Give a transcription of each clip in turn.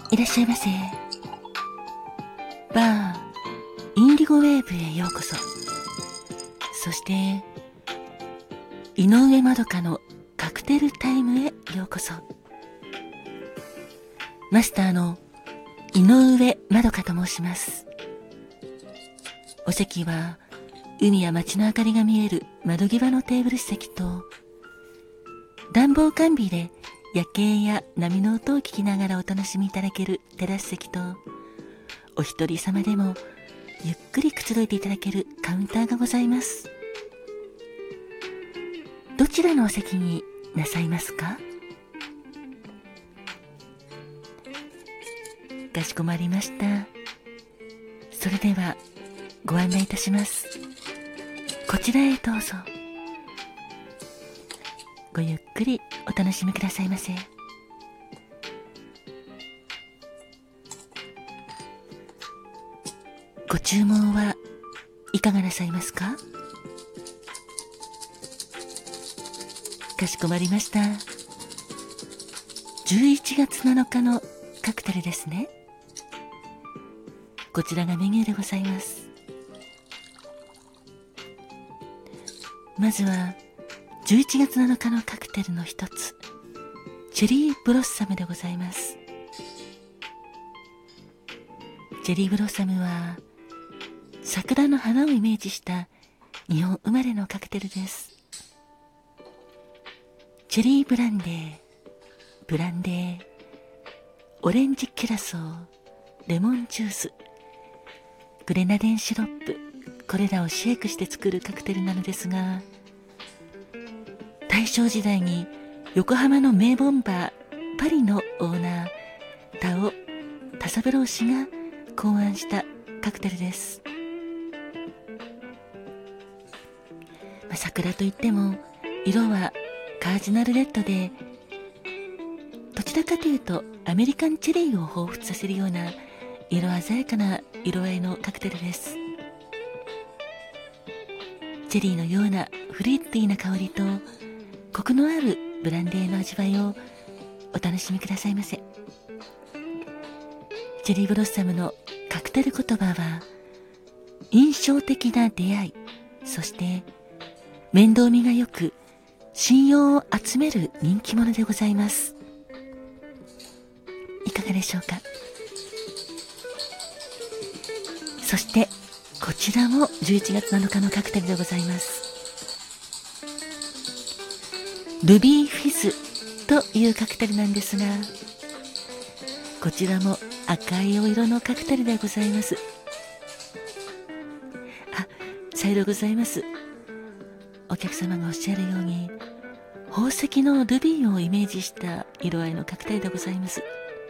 いらっしゃいませ。バーインディゴウェーブへようこそ。そして井上まどかのカクテルタイムへようこそ。マスターの井上まどかと申します。お席は海や街の明かりが見える窓際のテーブル席と、暖房完備で夜景や波の音を聞きながらお楽しみいただけるテラス席と、お一人様でもゆっくりくつろいでいただけるカウンターがございます。どちらのお席になさいますか？かしこまりました。それではご案内いたします。こちらへどうぞ。ごゆっくりお楽しみくださいませ。ご注文はいかがなさいますか？かしこまりました。11月7日のカクテルですね。こちらがメニューでございます。まずは11月7日のカクテルの一つ、チェリーブロッサムでございます。チェリーブロッサムは桜の花をイメージした日本生まれのカクテルです。チェリーブランデー、ブランデー、オレンジキュラソー、レモンジュース、グレナデンシロップ、これらをシェイクして作るカクテルなのですが、大正時代に横浜の名ボンバーパリのオーナー田尾田三郎氏が考案したカクテルです。桜といっても色はカージナルレッドで、どちらかというとアメリカンチェリーを彷彿させるような色鮮やかな色合いのカクテルです。チェリーのようなフルーティーな香りとコクのあるブランデーの味わいをお楽しみくださいませ。チェリーブロッサムのカクテル言葉は、印象的な出会い、そして面倒見がよく信用を集める人気者でございます。いかがでしょうか。そしてこちらも11月7日のカクテルでございます。ルビーフィズというカクテルなんですが、こちらも赤いお色のカクテルでございます。さようでございます。お客様がおっしゃるように、宝石のルビーをイメージした色合いのカクテルでございます。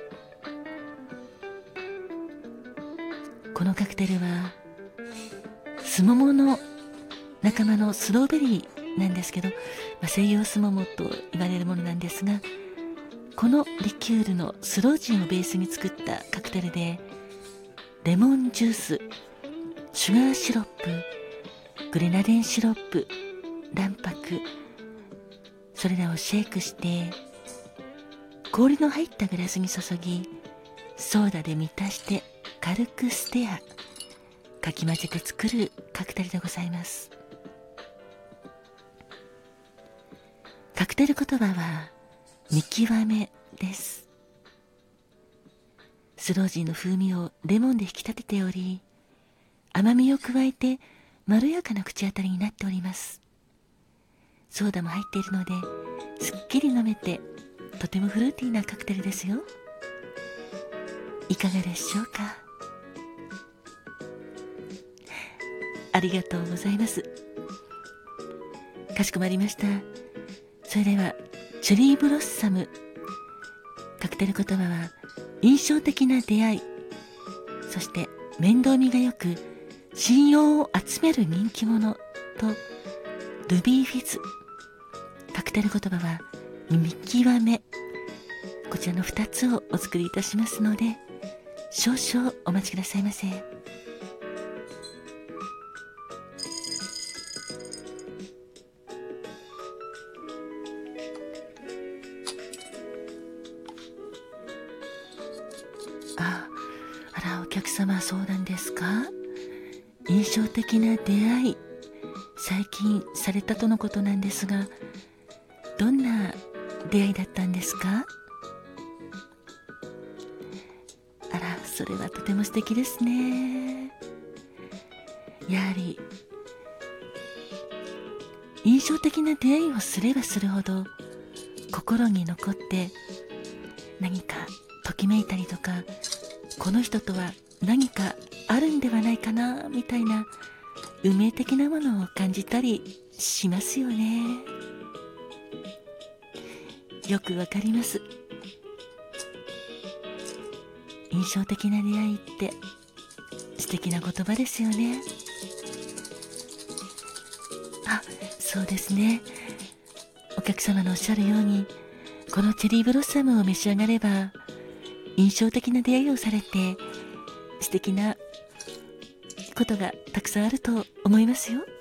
このカクテルはスモモの仲間のスローベリーなんですけど、西洋スモモと言われるものなんですが、このリキュールのスロージンをベースに作ったカクテルで、レモンジュース、シュガーシロップ、グレナデンシロップ、卵白、それらをシェイクして氷の入ったグラスに注ぎ、ソーダで満たして軽くステア、かき混ぜて作るカクテルでございます。カクテル言葉は見極めです。スロージンの風味をレモンで引き立てており、甘みを加えてまろやかな口当たりになっております。ソーダも入っているので、すっきり飲めてとてもフルーティーなカクテルですよ。いかがでしょうか。ありがとうございます。かしこまりました。それではチェリーブロッサム、カクテル言葉は印象的な出会い、そして面倒見がよく信用を集める人気者とルビーフィズ、カクテル言葉は見極め、こちらの2つをお作りいたしますので、少々お待ちくださいませ。 客様、そうなんですか？印象的な出会い、最近されたとのことなんですが、どんな出会いだったんですか？あら、それはとても素敵ですね。やはり印象的な出会いをすればするほど心に残って、何かときめいたりとか、この人とは何かあるんではないかなみたいな運命的なものを感じたりしますよね。よくわかります。印象的な出会いって素敵な言葉ですよね。あ、そうですね。お客様のおっしゃるように、このチェリーブロッサムを召し上がれば印象的な出会いをされて、素敵なことがたくさんあると思いますよ。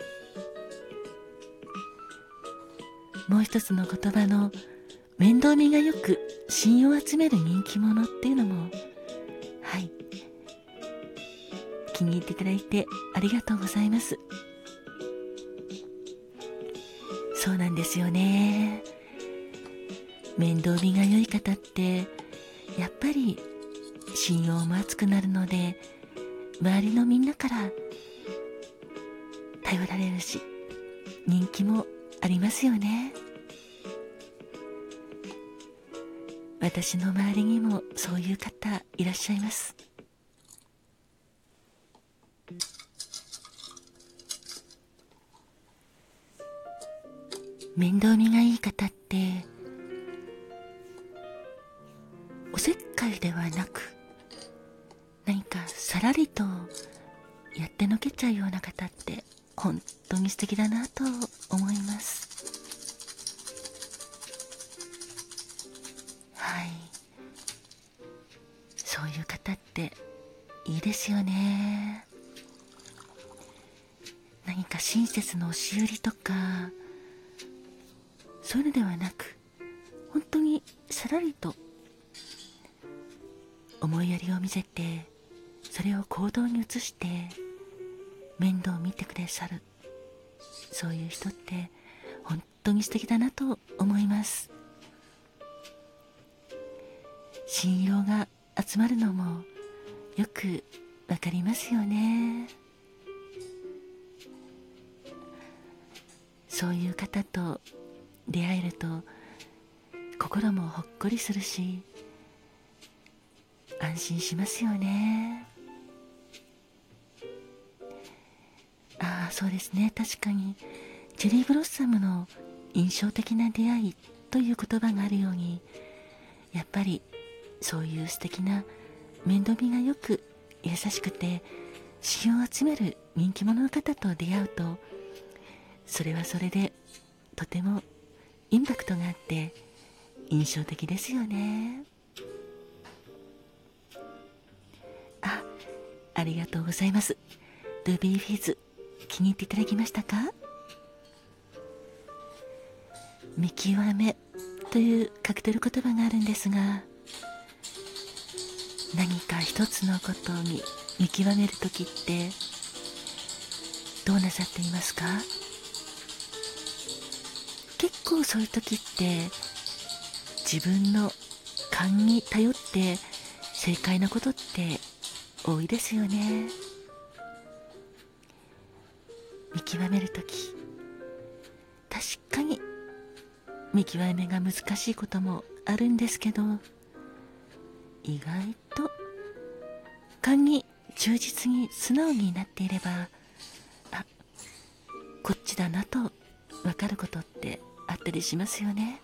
もう一つの言葉の面倒見がよく信用を集める人気者っていうのも、はい、気に入っていただいてありがとうございます。そうなんですよね。面倒見が良い方ってやっぱり信用も厚くなるので、周りのみんなから頼られるし、人気もありますよね。私の周りにもそういう方いらっしゃいます。面倒見がいい方っておせっかいではなく、何かさらりとやってのけちゃうような方って本当に素敵だなと思います。はい、そういう方っていいですよね。何か親切の押し売りとかそういうのではなく、本当にさらりと思いやりを見せて、それを行動に移して面倒を見てくださる、そういう人って本当に素敵だなと思います。信用が集まるのもよくわかりますよね。そういう方と出会えると心もほっこりするし、安心しますよね。ああ、そうですね。確かにチェリーブロッサムの印象的な出会いという言葉があるように、やっぱりそういう素敵な面倒見がよく優しくて信用を集める人気者の方と出会うと、それはそれでとてもインパクトがあって印象的ですよね。ありがとうございます。ルビーフィズ、気に入っていただきましたか？見極めというカクテル言葉があるんですが、何か一つのことに見極めるときってどうなさっていますか？結構そういうときって自分の勘に頼って正解なことって多いですよね。見極めるとき、確かに見極めが難しいこともあるんですけど、意外と勘に忠実に素直になっていれば、こっちだなと分かることってあったりしますよね。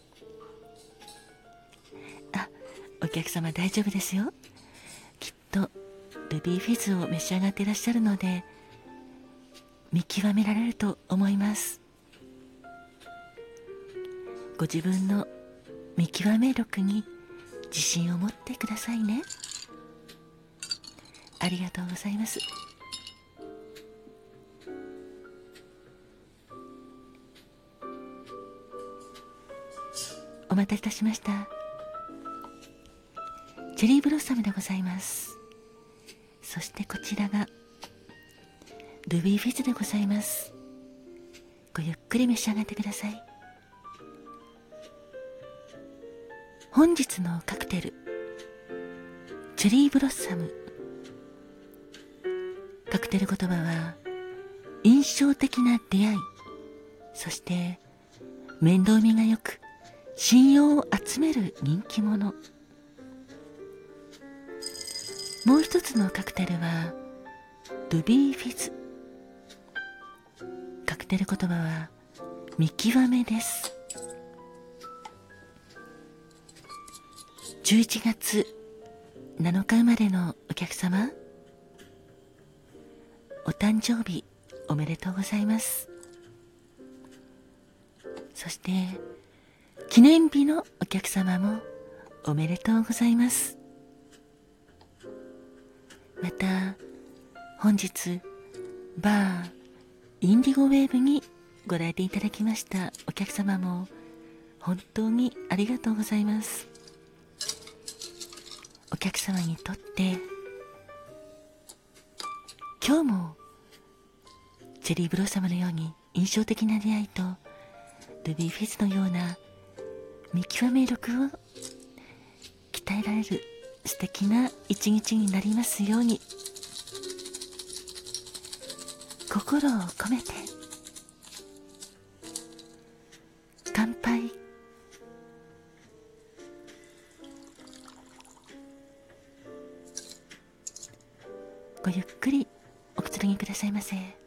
お客様大丈夫ですよ。きっとルビーフィズを召し上がっていらっしゃるので見極められると思います。ご自分の見極め力に自信を持ってくださいね。ありがとうございます。お待たせいたしました。チェリーブロッサムでございます。 そしてこちらがルビーフィズでございます。ごゆっくり召し上がってください。本日のカクテル、チェリーブロッサム。カクテル言葉は印象的な出会い、そして面倒見がよく信用を集める人気者。もう一つのカクテルはルビーフィズ。カクテル言葉は見極めです。11月7日生まれのお客様、お誕生日おめでとうございます。そして記念日のお客様もおめでとうございます。また本日バーインディゴウェーブにご来店いただきましたお客様も本当にありがとうございます。お客様にとって今日もチェリーブロッサムのように印象的な出会いとルビーフィズのような見極め力を鍛えられる素敵な一日になりますように、心を込めて乾杯。ごゆっくりおくつろぎくださいませ。